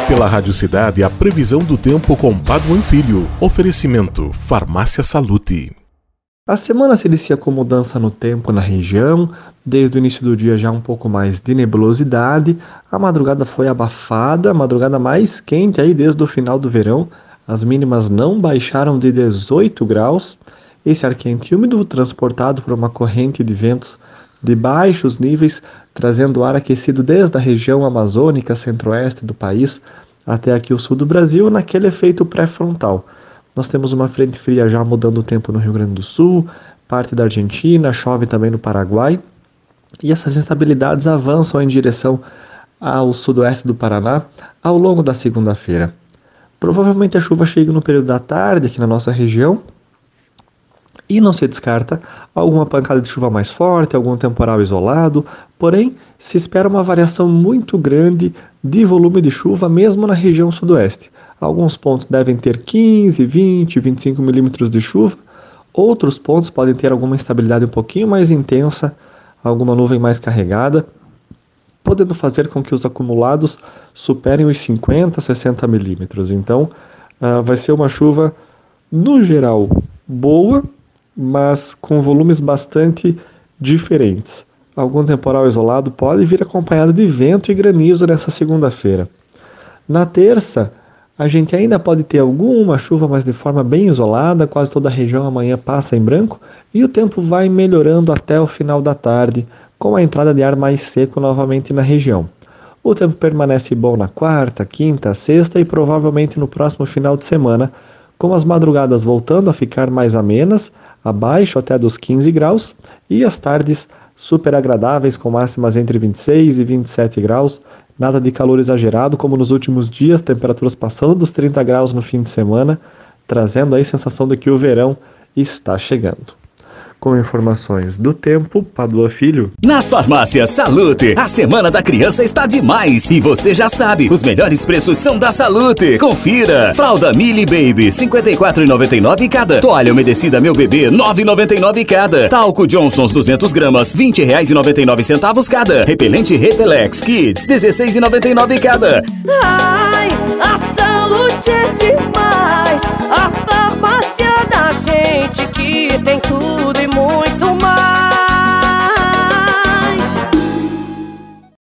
Pela Rádio Cidade, a previsão do tempo com Paduan Filho. Oferecimento Farmácia Salute. A semana se inicia com mudança no tempo na região. Desde o início do dia já um pouco mais de nebulosidade. A madrugada foi abafada, a madrugada mais quente aí desde o final do verão. As mínimas não baixaram de 18 graus. Esse ar quente e úmido, transportado por uma corrente de ventos de baixos níveis, trazendo ar aquecido desde a região amazônica centro-oeste do país até aqui o sul do Brasil, naquele efeito pré-frontal. Nós temos uma frente fria já mudando o tempo no Rio Grande do Sul, parte da Argentina, chove também no Paraguai, e essas instabilidades avançam em direção ao sudoeste do Paraná ao longo da segunda-feira. Provavelmente a chuva chega no período da tarde aqui na nossa região, e não se descarta alguma pancada de chuva mais forte, algum temporal isolado, porém se espera uma variação muito grande de volume de chuva mesmo na região sudoeste. Alguns pontos devem ter 15, 20, 25 milímetros de chuva, outros pontos podem ter alguma instabilidade um pouquinho mais intensa, alguma nuvem mais carregada, podendo fazer com que os acumulados superem os 50, 60 milímetros. Então vai ser uma chuva, no geral, boa, mas com volumes bastante diferentes. Algum temporal isolado pode vir acompanhado de vento e granizo nessa segunda-feira. Na terça, a gente ainda pode ter alguma chuva, mas de forma bem isolada, quase toda a região amanhã passa em branco, e o tempo vai melhorando até o final da tarde, com a entrada de ar mais seco novamente na região. O tempo permanece bom na quarta, quinta, sexta e provavelmente no próximo final de semana, com as madrugadas voltando a ficar mais amenas, abaixo até dos 15 graus, e as tardes super agradáveis, com máximas entre 26 e 27 graus, nada de calor exagerado, como nos últimos dias, temperaturas passando dos 30 graus no fim de semana, trazendo aí a sensação de que o verão está chegando. Com informações do tempo, Paduan Filho. Nas farmácias Salute, a Semana da Criança está demais. E você já sabe, os melhores preços são da Salute. Confira. Fralda Mili Baby, R$ 54,99 cada. Toalha umedecida Meu Bebê, R$ 9,99 cada. Talco Johnson's 200 gramas, R$ 20,99 cada. Repelente Repelex Kids, R$ 16,99 cada. Ai, ação!